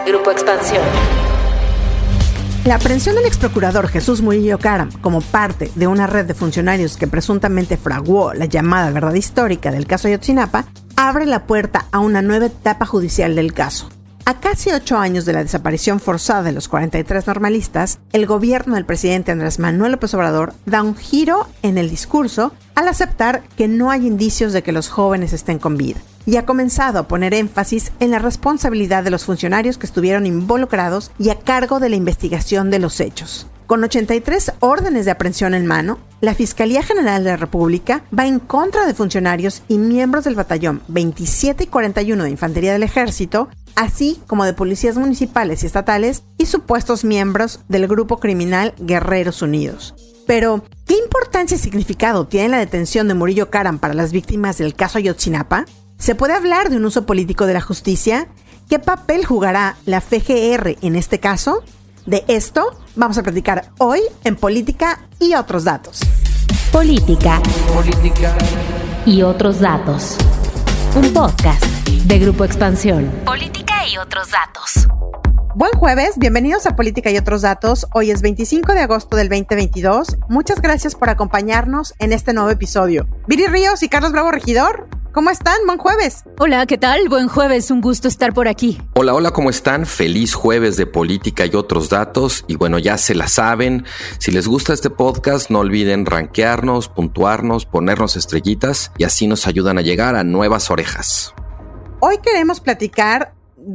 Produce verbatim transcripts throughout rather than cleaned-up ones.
Grupo Expansión. La aprehensión del exprocurador Jesús Murillo Caram como parte de una red de funcionarios que presuntamente fraguó la llamada verdad histórica del caso Ayotzinapa abre la puerta a una nueva etapa judicial del caso. A casi ocho años de la desaparición forzada de los cuarenta y tres normalistas, el gobierno del presidente Andrés Manuel López Obrador da un giro en el discurso al aceptar que no hay indicios de que los jóvenes estén con vida, y ha comenzado a poner énfasis en la responsabilidad de los funcionarios que estuvieron involucrados y a cargo de la investigación de los hechos. Con ochenta y tres órdenes de aprehensión en mano, la Fiscalía General de la República va en contra de funcionarios y miembros del batallón veintisiete y cuarenta y uno de Infantería del Ejército, así como de policías municipales y estatales y supuestos miembros del grupo criminal Guerreros Unidos. Pero, ¿qué importancia y significado tiene la detención de Murillo Caram para las víctimas del caso Ayotzinapa? ¿Se puede hablar de un uso político de la justicia? ¿Qué papel jugará la F G R en este caso? De esto vamos a platicar hoy en Política y otros datos. Política. Política. Y otros datos. Un podcast de Grupo Expansión. Política y otros datos. Buen jueves, bienvenidos a Política y otros datos. Hoy es veinticinco de agosto del veinte veintidós. Muchas gracias por acompañarnos en este nuevo episodio. Viri Ríos y Carlos Bravo Regidor, ¿cómo están? Buen jueves. Hola, ¿qué tal? Buen jueves, un gusto estar por aquí. Hola, hola, ¿cómo están? Feliz jueves de Política y otros datos. Y bueno, ya se la saben. Si les gusta este podcast, no olviden rankearnos, puntuarnos, ponernos estrellitas y así nos ayudan a llegar a nuevas orejas. Hoy queremos platicar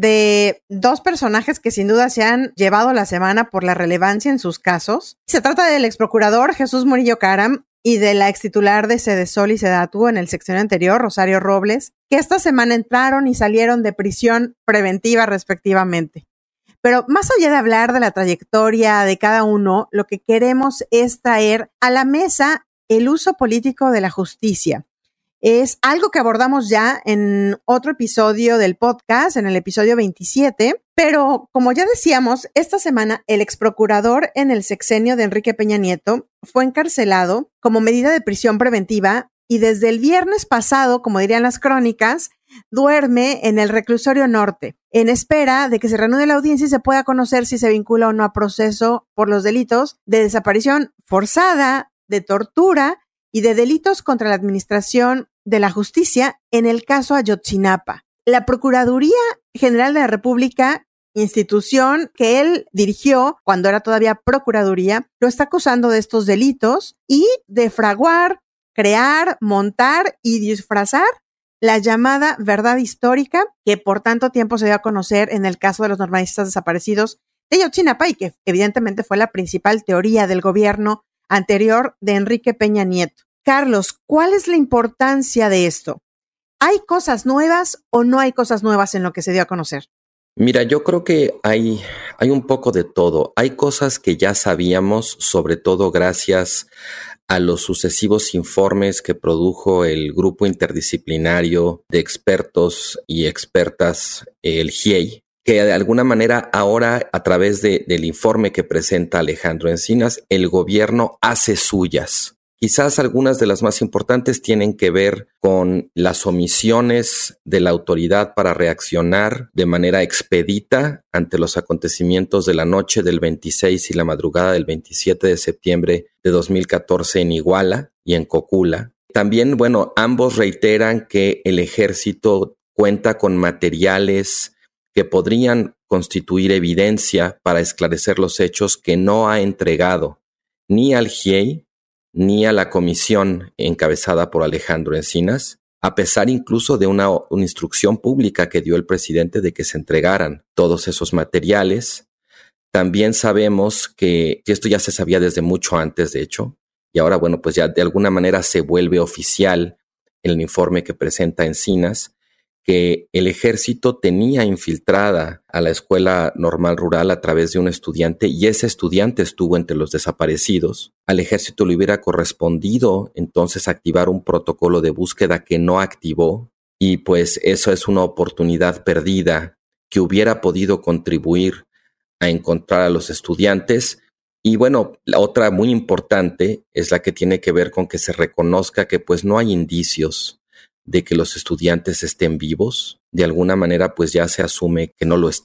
de dos personajes que sin duda se han llevado la semana por la relevancia en sus casos. Se trata del exprocurador Jesús Murillo Caram y de la extitular de Sedesol y Sedatu en el sexenio anterior, Rosario Robles, que esta semana entraron y salieron de prisión preventiva respectivamente. Pero más allá de hablar de la trayectoria de cada uno, lo que queremos es traer a la mesa el uso político de la justicia. Es algo que abordamos ya en otro episodio del podcast, en el episodio veintisiete, pero como ya decíamos, esta semana el exprocurador en el sexenio de Enrique Peña Nieto fue encarcelado como medida de prisión preventiva y desde el viernes pasado, como dirían las crónicas, duerme en el reclusorio norte, en espera de que se reanude la audiencia y se pueda conocer si se vincula o no a proceso por los delitos de desaparición forzada, de tortura y de delitos contra la administración de la justicia en el caso Ayotzinapa. La Procuraduría General de la República, institución que él dirigió cuando era todavía Procuraduría, lo está acusando de estos delitos y de fraguar, crear, montar y disfrazar la llamada verdad histórica que por tanto tiempo se dio a conocer en el caso de los normalistas desaparecidos de Ayotzinapa y que evidentemente fue la principal teoría del gobierno anterior de Enrique Peña Nieto. Carlos, ¿cuál es la importancia de esto? ¿Hay cosas nuevas o no hay cosas nuevas en lo que se dio a conocer? Mira, yo creo que hay, hay un poco de todo. Hay cosas que ya sabíamos, sobre todo gracias a los sucesivos informes que produjo el grupo interdisciplinario de expertos y expertas, el G I E I, que de alguna manera ahora, a través de, del informe que presenta Alejandro Encinas, el gobierno hace suyas. Quizás algunas de las más importantes tienen que ver con las omisiones de la autoridad para reaccionar de manera expedita ante los acontecimientos de la noche del veintiséis y la madrugada del veintisiete de septiembre de dos mil catorce en Iguala y en Cocula. También, bueno, ambos reiteran que el ejército cuenta con materiales que podrían constituir evidencia para esclarecer los hechos que no ha entregado ni al G I E I ni a la comisión encabezada por Alejandro Encinas, a pesar incluso de una, una instrucción pública que dio el presidente de que se entregaran todos esos materiales. También sabemos que, que esto ya se sabía desde mucho antes, de hecho, y ahora, bueno, pues ya de alguna manera se vuelve oficial el informe que presenta Encinas, que el ejército tenía infiltrada a la Escuela Normal Rural a través de un estudiante y ese estudiante estuvo entre los desaparecidos. Al ejército le hubiera correspondido entonces activar un protocolo de búsqueda que no activó y pues eso es una oportunidad perdida que hubiera podido contribuir a encontrar a los estudiantes. Y bueno, la otra muy importante es la que tiene que ver con que se reconozca que pues no hay indicios de que los estudiantes estén vivos. De alguna manera pues ya se asume que no lo están.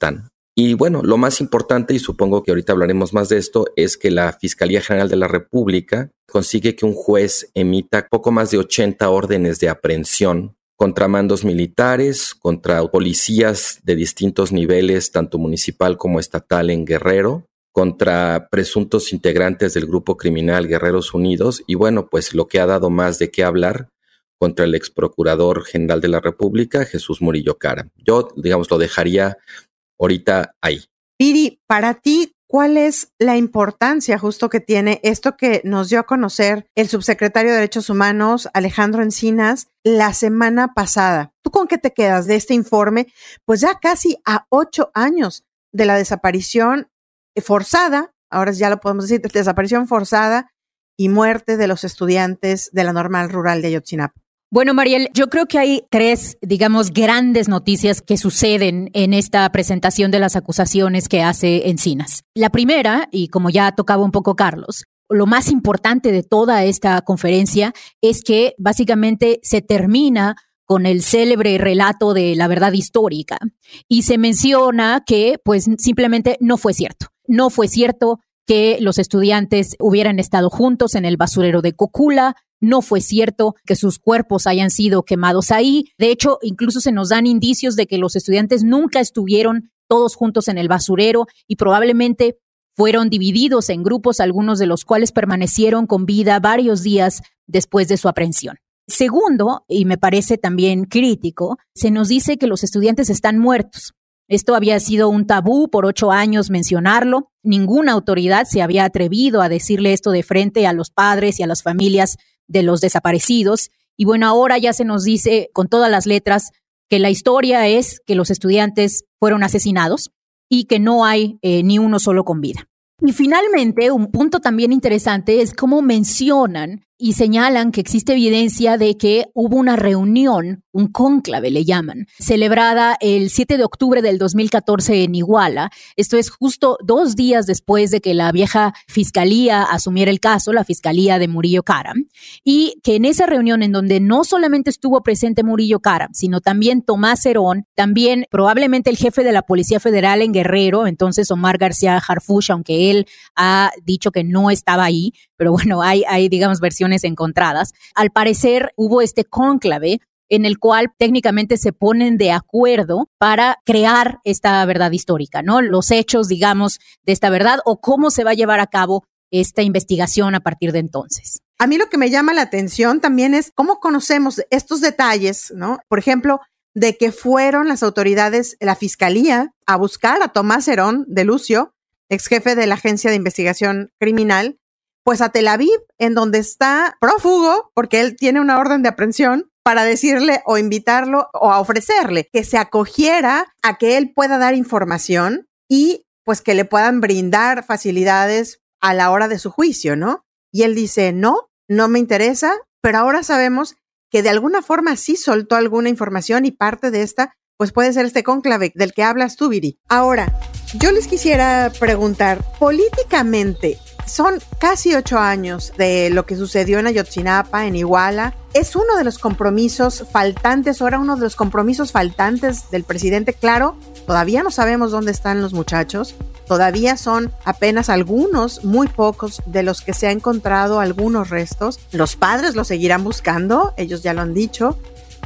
Y bueno, lo más importante, y supongo que ahorita hablaremos más de esto, es que la Fiscalía General de la República consigue que un juez emita poco más de ochenta órdenes de aprehensión contra mandos militares, contra policías de distintos niveles, tanto municipal como estatal en Guerrero, contra presuntos integrantes del grupo criminal Guerreros Unidos, y bueno, pues lo que ha dado más de qué hablar contra el ex procurador general de la República, Jesús Murillo Caram. Yo, digamos, lo dejaría ahorita ahí. Viri, para ti, ¿cuál es la importancia justo que tiene esto que nos dio a conocer el subsecretario de Derechos Humanos, Alejandro Encinas, la semana pasada? ¿Tú con qué te quedas de este informe? Pues ya casi a ocho años de la desaparición forzada, ahora ya lo podemos decir, desaparición forzada y muerte de los estudiantes de la Normal Rural de Ayotzinapa. Bueno, Mariel, yo creo que hay tres, digamos, grandes noticias que suceden en esta presentación de las acusaciones que hace Encinas. La primera, y como ya tocaba un poco Carlos, lo más importante de toda esta conferencia es que básicamente se termina con el célebre relato de la verdad histórica y se menciona que pues simplemente no fue cierto. No fue cierto que los estudiantes hubieran estado juntos en el basurero de Cocula. No fue cierto que sus cuerpos hayan sido quemados ahí. De hecho, incluso se nos dan indicios de que los estudiantes nunca estuvieron todos juntos en el basurero y probablemente fueron divididos en grupos, algunos de los cuales permanecieron con vida varios días después de su aprehensión. Segundo, y me parece también crítico, se nos dice que los estudiantes están muertos. Esto había sido un tabú por ocho años mencionarlo. Ninguna autoridad se había atrevido a decirle esto de frente a los padres y a las familias de los desaparecidos. Y bueno, ahora ya se nos dice con todas las letras que la historia es que los estudiantes fueron asesinados y que no hay eh, ni uno solo con vida. Y finalmente, un punto también interesante es cómo mencionan y señalan que existe evidencia de que hubo una reunión, un cónclave le llaman, celebrada el siete de octubre del dos mil catorce en Iguala. Esto es justo dos días después de que la vieja fiscalía asumiera el caso, la fiscalía de Murillo Caram, y que en esa reunión en donde no solamente estuvo presente Murillo Caram, sino también Tomás Herón, también probablemente el jefe de la Policía Federal en Guerrero, entonces Omar García Harfuch, aunque él ha dicho que no estaba ahí, pero bueno, hay, hay digamos, versiones encontradas. Al parecer hubo este cónclave en el cual técnicamente se ponen de acuerdo para crear esta verdad histórica, ¿no? Los hechos, digamos, de esta verdad o cómo se va a llevar a cabo esta investigación a partir de entonces. A mí lo que me llama la atención también es cómo conocemos estos detalles, ¿no? Por ejemplo, de que fueron las autoridades, la fiscalía, a buscar a Tomás Herón de Lucio, ex jefe de la Agencia de Investigación Criminal, pues a Tel Aviv, en donde está prófugo, porque él tiene una orden de aprehensión, para decirle o invitarlo o a ofrecerle que se acogiera a que él pueda dar información y pues que le puedan brindar facilidades a la hora de su juicio, ¿no? Y él dice, no, no me interesa, pero ahora sabemos que de alguna forma sí soltó alguna información y parte de esta pues puede ser este cónclave del que hablas tú, Viri. Ahora, yo les quisiera preguntar, políticamente, son casi ocho años de lo que sucedió en Ayotzinapa, en Iguala. Es uno de los compromisos faltantes, ahora uno de los compromisos faltantes del presidente. Claro, todavía no sabemos dónde están los muchachos. Todavía son apenas algunos, muy pocos, de los que se ha encontrado algunos restos. Los padres los seguirán buscando, ellos ya lo han dicho.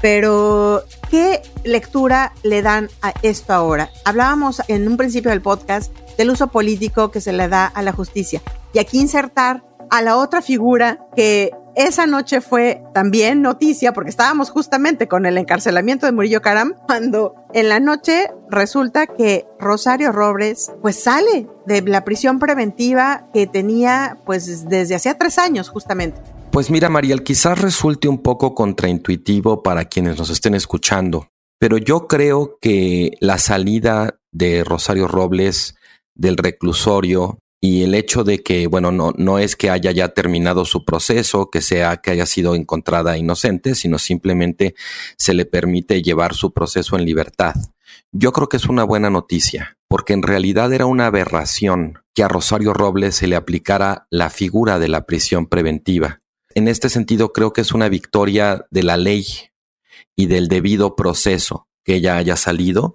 Pero, ¿qué lectura le dan a esto ahora? Hablábamos en un principio del podcast del uso político que se le da a la justicia. Y aquí insertar a la otra figura que esa noche fue también noticia, porque estábamos justamente con el encarcelamiento de Murillo Caram, cuando en la noche resulta que Rosario Robles pues sale de la prisión preventiva que tenía pues desde hacía tres años justamente. Pues mira, Mariel, quizás resulte un poco contraintuitivo para quienes nos estén escuchando, pero yo creo que la salida de Rosario Robles del reclusorio y el hecho de que, bueno, no, no es que haya ya terminado su proceso, que sea que haya sido encontrada inocente, sino simplemente se le permite llevar su proceso en libertad. Yo creo que es una buena noticia, porque en realidad era una aberración que a Rosario Robles se le aplicara la figura de la prisión preventiva. En este sentido, creo que es una victoria de la ley y del debido proceso que ella haya salido.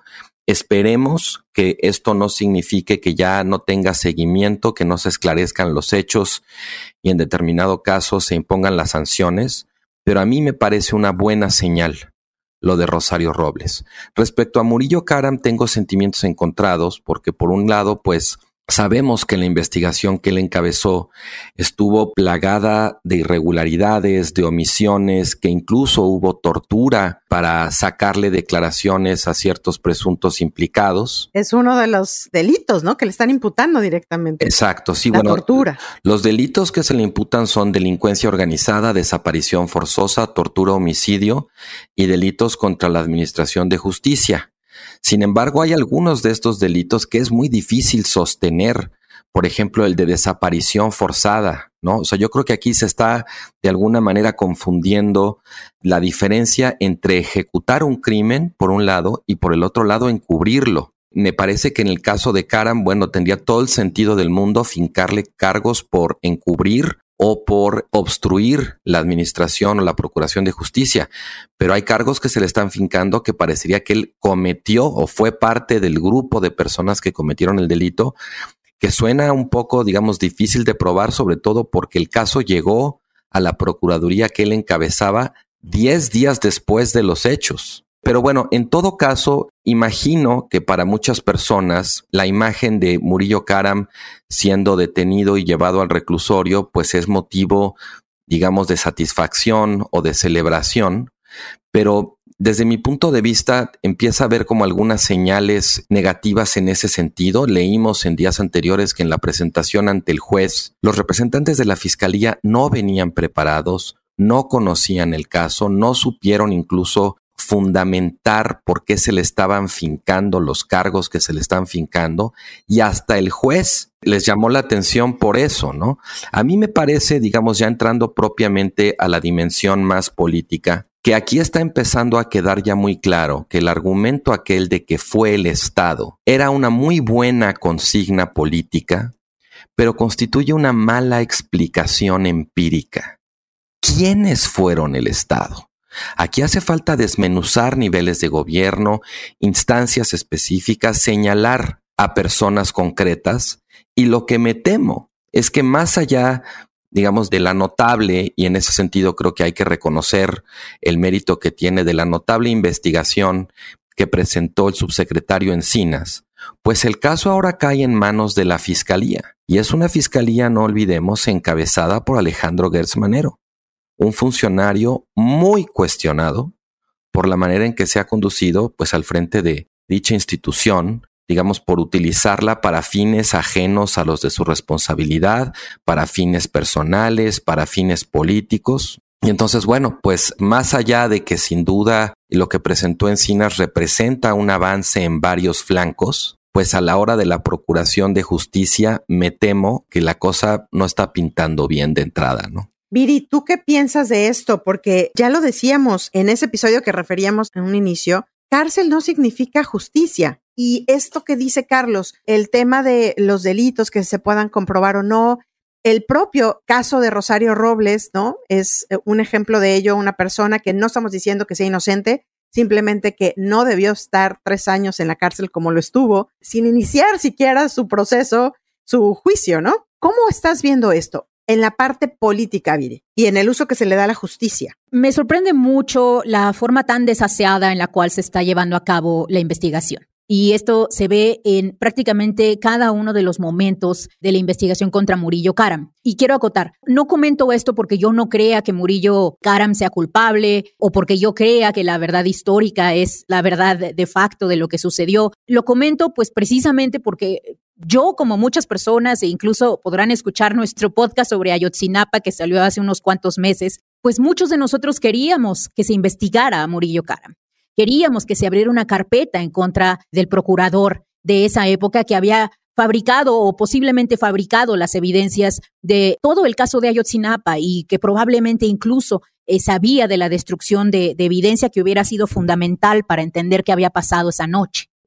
Esperemos que esto no signifique que ya no tenga seguimiento, que no se esclarezcan los hechos y en determinado caso se impongan las sanciones, pero a mí me parece una buena señal lo de Rosario Robles. Respecto a Murillo Karam tengo sentimientos encontrados porque por un lado pues sabemos que la investigación que él encabezó estuvo plagada de irregularidades, de omisiones, que incluso hubo tortura para sacarle declaraciones a ciertos presuntos implicados. Es uno de los delitos, ¿no? Que le están imputando directamente. Exacto, sí. La bueno, tortura. Los delitos que se le imputan son delincuencia organizada, desaparición forzosa, tortura, homicidio y delitos contra la administración de justicia. Sin embargo, hay algunos de estos delitos que es muy difícil sostener. Por ejemplo, el de desaparición forzada, ¿no? O sea, yo creo que aquí se está de alguna manera confundiendo la diferencia entre ejecutar un crimen, por un lado, y por el otro lado, encubrirlo. Me parece que en el caso de Karam, bueno, tendría todo el sentido del mundo fincarle cargos por encubrir o por obstruir la administración o la procuración de justicia. Pero hay cargos que se le están fincando que parecería que él cometió o fue parte del grupo de personas que cometieron el delito, que suena un poco, digamos, difícil de probar, sobre todo porque el caso llegó a la procuraduría que él encabezaba diez días después de los hechos. Pero bueno, en todo caso, imagino que para muchas personas la imagen de Murillo Karam siendo detenido y llevado al reclusorio, pues es motivo, digamos, de satisfacción o de celebración. Pero desde mi punto de vista empieza a haber como algunas señales negativas en ese sentido. Leímos en días anteriores que en la presentación ante el juez, los representantes de la fiscalía no venían preparados, no conocían el caso, no supieron incluso fundamentar por qué se le estaban fincando los cargos que se le están fincando, y hasta el juez les llamó la atención por eso, ¿no? A mí me parece, digamos, ya entrando propiamente a la dimensión más política, que aquí está empezando a quedar ya muy claro que el argumento aquel de que fue el Estado era una muy buena consigna política, pero constituye una mala explicación empírica. ¿Quiénes fueron el Estado? Aquí hace falta desmenuzar niveles de gobierno, instancias específicas, señalar a personas concretas, y lo que me temo es que más allá, digamos, de la notable, y en ese sentido creo que hay que reconocer el mérito que tiene de la notable investigación que presentó el subsecretario Encinas, pues el caso ahora cae en manos de la Fiscalía, y es una Fiscalía, no olvidemos, encabezada por Alejandro Gertz Manero, un funcionario muy cuestionado por la manera en que se ha conducido pues al frente de dicha institución, digamos, por utilizarla para fines ajenos a los de su responsabilidad, para fines personales, para fines políticos. Y entonces, bueno, pues más allá de que sin duda lo que presentó Encinas representa un avance en varios flancos, pues a la hora de la procuración de justicia me temo que la cosa no está pintando bien de entrada, ¿no? Viri, ¿tú qué piensas de esto? Porque ya lo decíamos en ese episodio que referíamos en un inicio, cárcel no significa justicia. Y esto que dice Carlos, el tema de los delitos que se puedan comprobar o no, el propio caso de Rosario Robles, ¿no? Es un ejemplo de ello, una persona que no estamos diciendo que sea inocente, simplemente que no debió estar tres años en la cárcel como lo estuvo, sin iniciar siquiera su proceso, su juicio, ¿no? ¿Cómo estás viendo esto en la parte política, Viri, y en el uso que se le da a la justicia? Me sorprende mucho la forma tan desaseada en la cual se está llevando a cabo la investigación. Y esto se ve en prácticamente cada uno de los momentos de la investigación contra Murillo Karam. Y quiero acotar, no comento esto porque yo no crea que Murillo Karam sea culpable o porque yo crea que la verdad histórica es la verdad de facto de lo que sucedió. Lo comento pues precisamente porque yo, como muchas personas, e incluso podrán escuchar nuestro podcast sobre Ayotzinapa que salió hace unos cuantos meses, pues muchos de nosotros queríamos que se investigara a Murillo Karam. Queríamos que se abriera una carpeta en contra del procurador de esa época que había fabricado o posiblemente fabricado las evidencias de todo el caso de Ayotzinapa y que probablemente incluso eh, sabía de la destrucción de, de evidencia que hubiera sido fundamental para entender qué había pasado esa noche.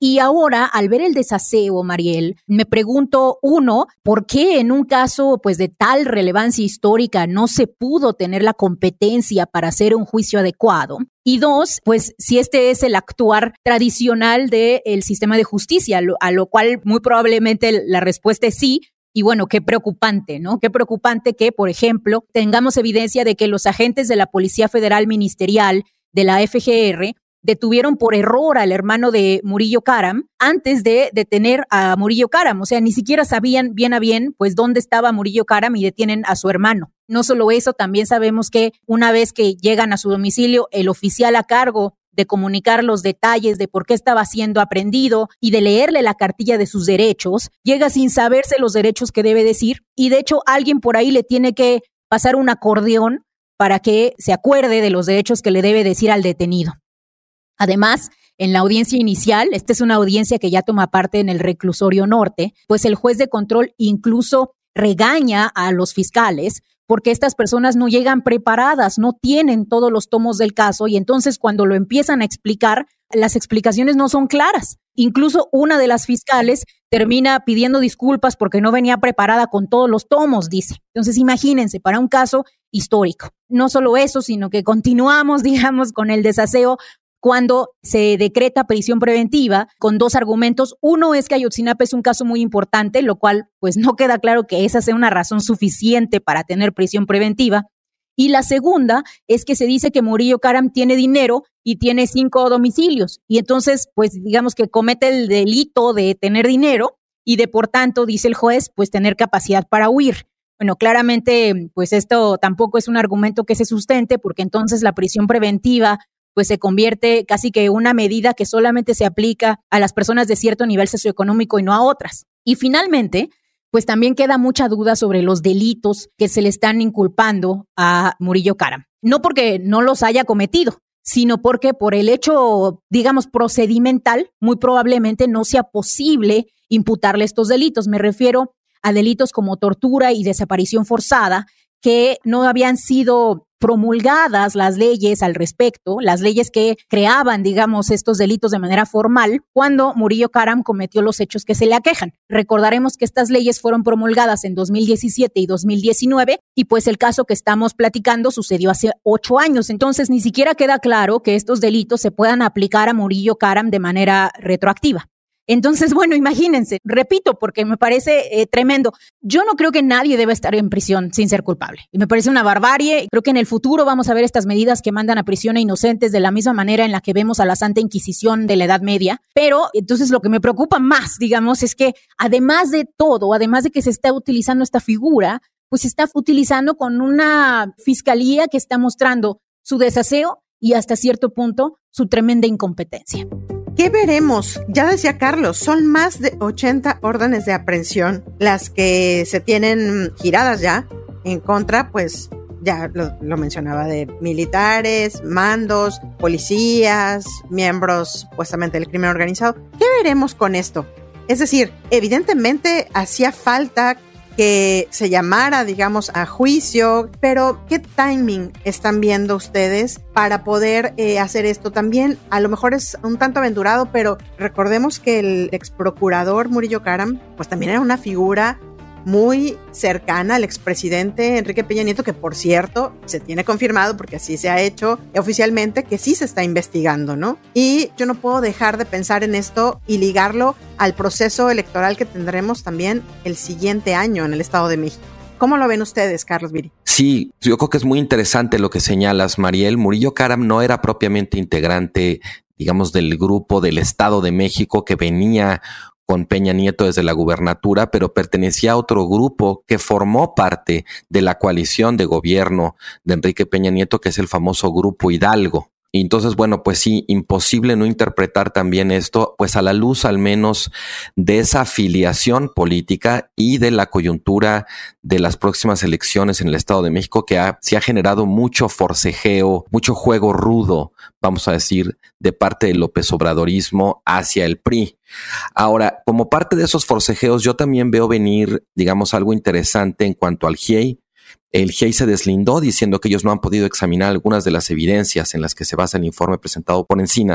Y ahora, al ver el desaseo, Mariel, me pregunto, uno, ¿por qué en un caso pues de tal relevancia histórica no se pudo tener la competencia para hacer un juicio adecuado? Y dos, pues si este es el actuar tradicional del sistema de justicia, a lo, a lo cual muy probablemente la respuesta es sí. Y bueno, qué preocupante, ¿no? Qué preocupante que, por ejemplo, tengamos evidencia de que los agentes de la Policía Federal Ministerial de la F G R detuvieron por error al hermano de Murillo Karam antes de detener a Murillo Karam. O sea, ni siquiera sabían bien a bien pues dónde estaba Murillo Karam y detienen a su hermano. No solo eso, también sabemos que una vez que llegan a su domicilio, el oficial a cargo de comunicar los detalles de por qué estaba siendo aprehendido y de leerle la cartilla de sus derechos, llega sin saberse los derechos que debe decir y de hecho alguien por ahí le tiene que pasar un acordeón para que se acuerde de los derechos que le debe decir al detenido. Además, en la audiencia inicial, esta es una audiencia que ya toma parte en el reclusorio norte, pues el juez de control incluso regaña a los fiscales porque estas personas no llegan preparadas, no tienen todos los tomos del caso y entonces cuando lo empiezan a explicar, las explicaciones no son claras. Incluso una de las fiscales termina pidiendo disculpas porque no venía preparada con todos los tomos, dice. Entonces imagínense, para un caso histórico. No solo eso, sino que continuamos, digamos, con el desaseo cuando se decreta prisión preventiva con dos argumentos. Uno es que Ayotzinapa es un caso muy importante, lo cual pues no queda claro que esa sea una razón suficiente para tener prisión preventiva. Y la segunda es que se dice que Murillo Karam tiene dinero y tiene cinco domicilios. Y entonces, pues digamos que comete el delito de tener dinero y de por tanto, dice el juez, pues tener capacidad para huir. Bueno, claramente, pues esto tampoco es un argumento que se sustente porque entonces la prisión preventiva pues se convierte casi que una medida que solamente se aplica a las personas de cierto nivel socioeconómico y no a otras. Y finalmente, pues también queda mucha duda sobre los delitos que se le están inculpando a Murillo Karam. No porque no los haya cometido, sino porque por el hecho, digamos, procedimental, muy probablemente no sea posible imputarle estos delitos. Me refiero a delitos como tortura y desaparición forzada, que no habían sido promulgadas las leyes al respecto, las leyes que creaban, digamos, estos delitos de manera formal cuando Murillo Karam cometió los hechos que se le aquejan. Recordaremos que estas leyes fueron promulgadas en dos mil diecisiete y dos mil diecinueve y pues el caso que estamos platicando sucedió hace ocho años. Entonces ni siquiera queda claro que estos delitos se puedan aplicar a Murillo Karam de manera retroactiva. Entonces, bueno, imagínense, repito, porque me parece eh, tremendo. Yo no creo que nadie deba estar en prisión sin ser culpable. Y me parece una barbarie. Creo que en el futuro vamos a ver estas medidas que mandan a prisión a inocentes de la misma manera en la que vemos a la Santa Inquisición de la Edad Media. Pero entonces lo que me preocupa más, digamos, es que además de todo, además de que se está utilizando esta figura, pues se está utilizando con una fiscalía que está mostrando su desaseo y hasta cierto punto su tremenda incompetencia. ¿Qué veremos? Ya decía Carlos, son más de ochenta órdenes de aprehensión las que se tienen giradas ya en contra, pues ya lo, lo mencionaba, de militares, mandos, policías, miembros supuestamente del crimen organizado. ¿Qué veremos con esto? Es decir, evidentemente hacía falta que se llamara, digamos, a juicio, pero ¿qué timing están viendo ustedes para poder eh, hacer esto? También a lo mejor es un tanto aventurado, pero recordemos que el ex procurador Murillo Karam, pues también era una figura muy cercana al expresidente Enrique Peña Nieto, que por cierto se tiene confirmado, porque así se ha hecho oficialmente, que sí se está investigando, ¿no? Y yo no puedo dejar de pensar en esto y ligarlo al proceso electoral que tendremos también el siguiente año en el Estado de México. ¿Cómo lo ven ustedes, Carlos Viri? Sí, yo creo que es muy interesante lo que señalas, Mariel. Murillo Karam no era propiamente integrante, digamos, del grupo del Estado de México que venía con Peña Nieto desde la gubernatura, pero pertenecía a otro grupo que formó parte de la coalición de gobierno de Enrique Peña Nieto, que es el famoso Grupo Hidalgo. Y entonces, bueno, pues sí, imposible no interpretar también esto, pues a la luz al menos de esa afiliación política y de la coyuntura de las próximas elecciones en el Estado de México, que ha, se ha generado mucho forcejeo, mucho juego rudo, vamos a decir, de parte del López Obradorismo hacia el P R I. Ahora, como parte de esos forcejeos, yo también veo venir, digamos, algo interesante en cuanto al G I E I. El G I E I se deslindó diciendo que ellos no han podido examinar algunas de las evidencias en las que se basa el informe presentado por Encinas.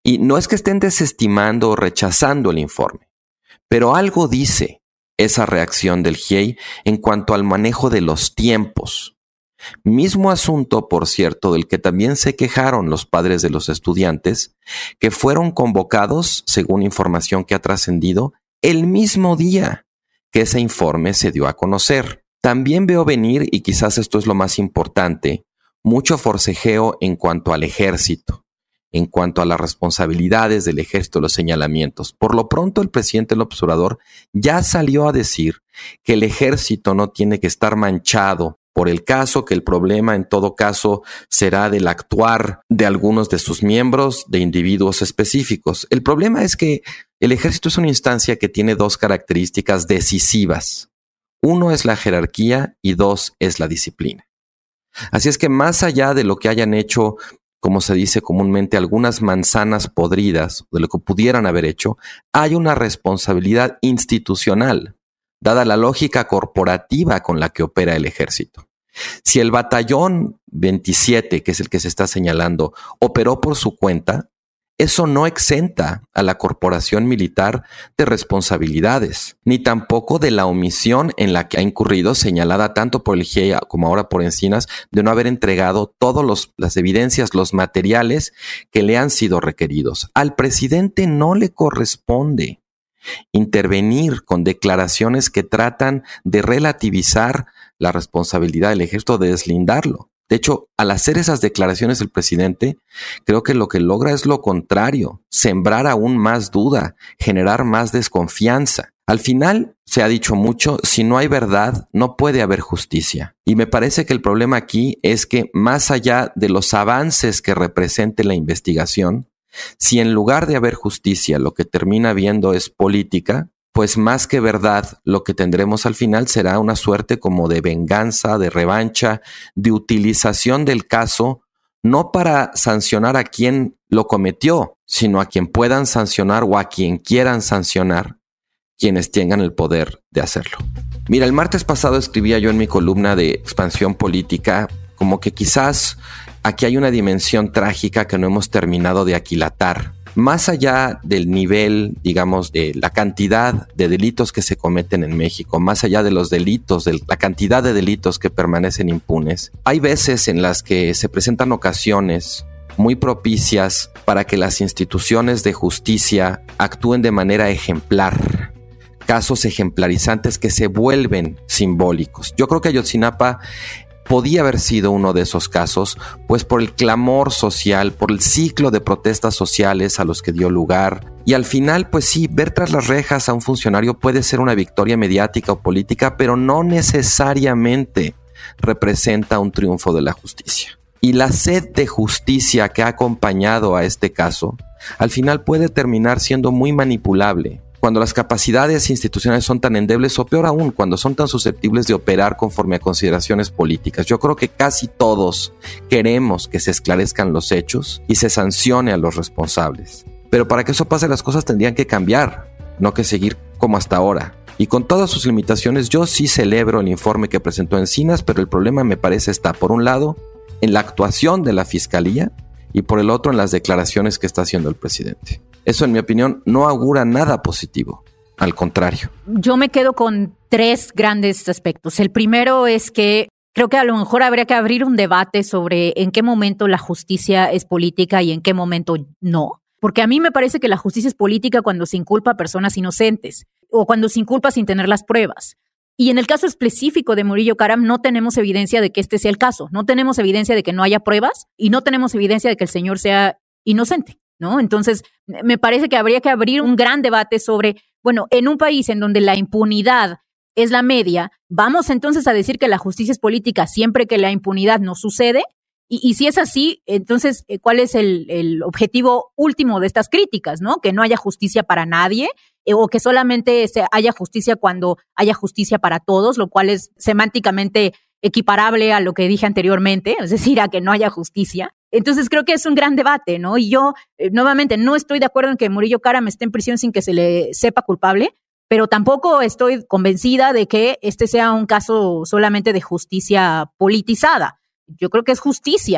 Y no es que estén desestimando o rechazando el informe, pero algo dice esa reacción del G I E I en cuanto al manejo de los tiempos. Mismo asunto, por cierto, del que también se quejaron los padres de los estudiantes, que fueron convocados, según información que ha trascendido, el mismo día que ese informe se dio a conocer. También veo venir, y quizás esto es lo más importante, mucho forcejeo en cuanto al ejército, en cuanto a las responsabilidades del ejército, los señalamientos. Por lo pronto, el presidente López Obrador ya salió a decir que el ejército no tiene que estar manchado por el caso, que el problema en todo caso será del actuar de algunos de sus miembros, de individuos específicos. El problema es que el ejército es una instancia que tiene dos características decisivas. Uno es la jerarquía y dos es la disciplina. Así es que más allá de lo que hayan hecho, como se dice comúnmente, algunas manzanas podridas, de lo que pudieran haber hecho, hay una responsabilidad institucional, dada la lógica corporativa con la que opera el ejército. Si el batallón veintisiete, que es el que se está señalando, operó por su cuenta, eso no exenta a la corporación militar de responsabilidades, ni tampoco de la omisión en la que ha incurrido, señalada tanto por el G I E I como ahora por Encinas, de no haber entregado todas las evidencias, los materiales que le han sido requeridos. Al presidente no le corresponde intervenir con declaraciones que tratan de relativizar la responsabilidad del ejército, de deslindarlo. De hecho, al hacer esas declaraciones el presidente, creo que lo que logra es lo contrario, sembrar aún más duda, generar más desconfianza. Al final, se ha dicho mucho, si no hay verdad, no puede haber justicia. Y me parece que el problema aquí es que más allá de los avances que represente la investigación, si en lugar de haber justicia lo que termina viendo es política, pues más que verdad, lo que tendremos al final será una suerte como de venganza, de revancha, de utilización del caso, no para sancionar a quien lo cometió, sino a quien puedan sancionar o a quien quieran sancionar, quienes tengan el poder de hacerlo. Mira, el martes pasado escribía yo en mi columna de Expansión Política como que quizás aquí hay una dimensión trágica que no hemos terminado de aquilatar. Más allá del nivel, digamos, de la cantidad de delitos que se cometen en México, más allá de los delitos, de la cantidad de delitos que permanecen impunes, hay veces en las que se presentan ocasiones muy propicias para que las instituciones de justicia actúen de manera ejemplar. Casos ejemplarizantes que se vuelven simbólicos. Yo creo que Ayotzinapa podía haber sido uno de esos casos, pues por el clamor social, por el ciclo de protestas sociales a los que dio lugar. Y al final, pues sí, ver tras las rejas a un funcionario puede ser una victoria mediática o política, pero no necesariamente representa un triunfo de la justicia. Y la sed de justicia que ha acompañado a este caso, al final puede terminar siendo muy manipulable. Cuando las capacidades institucionales son tan endebles, o peor aún, cuando son tan susceptibles de operar conforme a consideraciones políticas. Yo creo que casi todos queremos que se esclarezcan los hechos y se sancione a los responsables. Pero para que eso pase, las cosas tendrían que cambiar, no que seguir como hasta ahora. Y con todas sus limitaciones, yo sí celebro el informe que presentó Encinas, pero el problema me parece está, por un lado, en la actuación de la Fiscalía y por el otro, en las declaraciones que está haciendo el presidente. Eso, en mi opinión, no augura nada positivo. Al contrario. Yo me quedo con tres grandes aspectos. El primero es que creo que a lo mejor habría que abrir un debate sobre en qué momento la justicia es política y en qué momento no. Porque a mí me parece que la justicia es política cuando se inculpa a personas inocentes o cuando se inculpa sin tener las pruebas. Y en el caso específico de Murillo Karam no tenemos evidencia de que este sea el caso. No tenemos evidencia de que no haya pruebas y no tenemos evidencia de que el señor sea inocente, ¿no? Entonces, me parece que habría que abrir un gran debate sobre, bueno, en un país en donde la impunidad es la media, ¿vamos entonces a decir que la justicia es política siempre que la impunidad no sucede? Y, y si es así, entonces, ¿cuál es el, el objetivo último de estas críticas, ¿no? Que no haya justicia para nadie eh, o que solamente se haya justicia cuando haya justicia para todos, lo cual es semánticamente equiparable a lo que dije anteriormente, es decir, a que no haya justicia. Entonces creo que es un gran debate, ¿no? Y yo, eh, nuevamente, no estoy de acuerdo en que Murillo Karam esté en prisión sin que se le sepa culpable, pero tampoco estoy convencida de que este sea un caso solamente de justicia politizada. Yo creo que es justicia.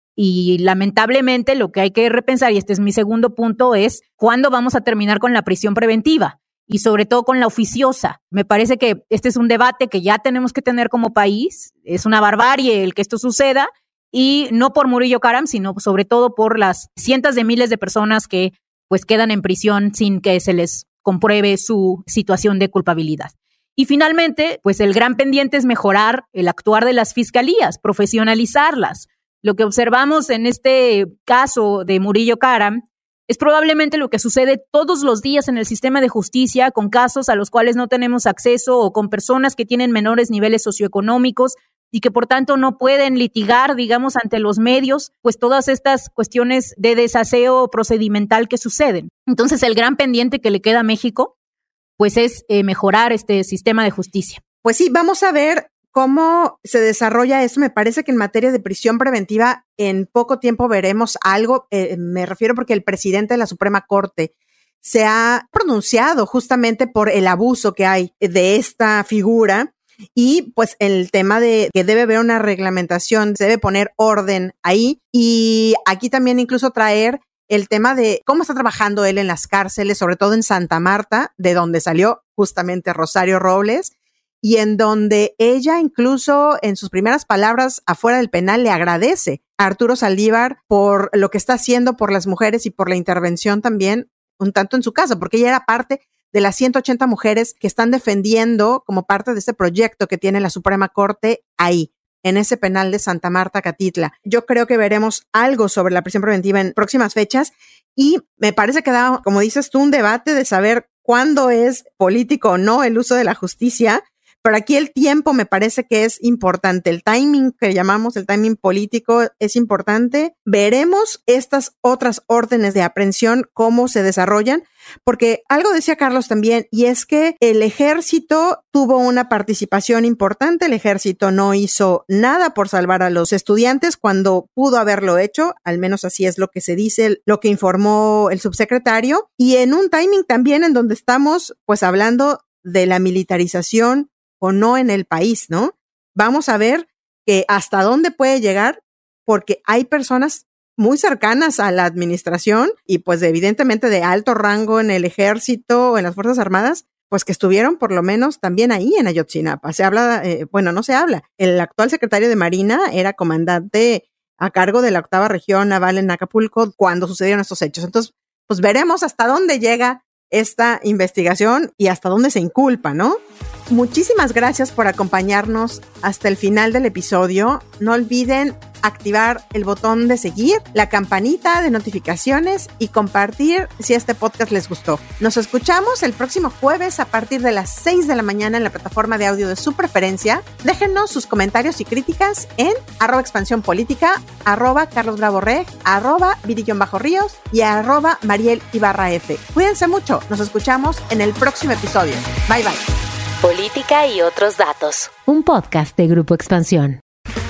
Y lamentablemente lo que hay que repensar, y este es mi segundo punto, es cuándo vamos a terminar con la prisión preventiva y sobre todo con la oficiosa. Me parece que este es un debate que ya tenemos que tener como país. Es una barbarie el que esto suceda, y no por Murillo Karam, sino sobre todo por las cientos de miles de personas que pues quedan en prisión sin que se les compruebe su situación de culpabilidad. Y finalmente, pues el gran pendiente es mejorar el actuar de las fiscalías, profesionalizarlas. Lo que observamos en este caso de Murillo Karam es probablemente lo que sucede todos los días en el sistema de justicia con casos a los cuales no tenemos acceso o con personas que tienen menores niveles socioeconómicos y que por tanto no pueden litigar, digamos, ante los medios, pues todas estas cuestiones de desaseo procedimental que suceden. Entonces, el gran pendiente que le queda a México, pues es eh, mejorar este sistema de justicia. Pues sí, vamos a ver cómo se desarrolla esto. Me parece que en materia de prisión preventiva en poco tiempo veremos algo. Eh, me refiero porque el presidente de la Suprema Corte se ha pronunciado justamente por el abuso que hay de esta figura y pues el tema de que debe haber una reglamentación, se debe poner orden ahí, y aquí también incluso traer el tema de cómo está trabajando él en las cárceles, sobre todo en Santa Marta, de donde salió justamente Rosario Robles, y en donde ella incluso en sus primeras palabras afuera del penal le agradece a Arturo Saldívar por lo que está haciendo por las mujeres y por la intervención también un tanto en su caso, porque ella era parte de las ciento ochenta mujeres que están defendiendo como parte de este proyecto que tiene la Suprema Corte ahí, en ese penal de Santa Marta, Catitla. Yo creo que veremos algo sobre la prisión preventiva en próximas fechas y me parece que da, como dices tú, un debate de saber cuándo es político o no el uso de la justicia. Pero aquí el tiempo me parece que es importante. El timing que llamamos el timing político es importante. Veremos estas otras órdenes de aprehensión, cómo se desarrollan, porque algo decía Carlos también, y es que el ejército tuvo una participación importante. El ejército no hizo nada por salvar a los estudiantes cuando pudo haberlo hecho, al menos así es lo que se dice, lo que informó el subsecretario, y en un timing también en donde estamos pues hablando de la militarización o no en el país, ¿no? Vamos a ver que hasta dónde puede llegar, porque hay personas muy cercanas a la administración y pues evidentemente de alto rango en el ejército o en las Fuerzas Armadas, pues que estuvieron por lo menos también ahí en Ayotzinapa. Se habla, eh, bueno, no se habla. El actual secretario de Marina era comandante a cargo de la octava región naval en Acapulco cuando sucedieron estos hechos. Entonces, pues veremos hasta dónde llega esta investigación y hasta dónde se inculpa, ¿no? Muchísimas gracias por acompañarnos hasta el final del episodio. No olviden activar el botón de seguir, la campanita de notificaciones y compartir si este podcast les gustó. Nos escuchamos el próximo jueves a partir de las seis de la mañana en la plataforma de audio de su preferencia. Déjennos sus comentarios y críticas en arroba expansión política, arroba Carlos Bravo Reg, arroba Viri-Ríos y arroba Mariel Ibarra F. Cuídense mucho. Nos escuchamos en el próximo episodio. Bye bye. Política y otros datos. Un podcast de Grupo Expansión.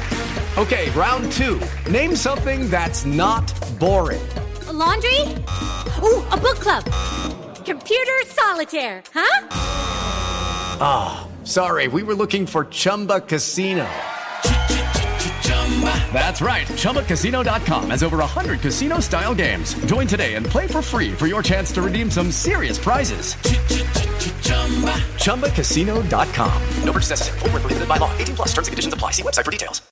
Okay, round two. Name something that's not boring. A laundry? Ooh, a book club. Computer solitaire, huh? Ah, oh, sorry, we were looking for Chumba Casino. That's right, Chumba Casino dot com has over one hundred casino-style games. Join today and play for free for your chance to redeem some serious prizes. Chumba Casino dot com. No purchase necessary. Void where prohibited by law. eighteen plus terms and conditions apply. See website for details.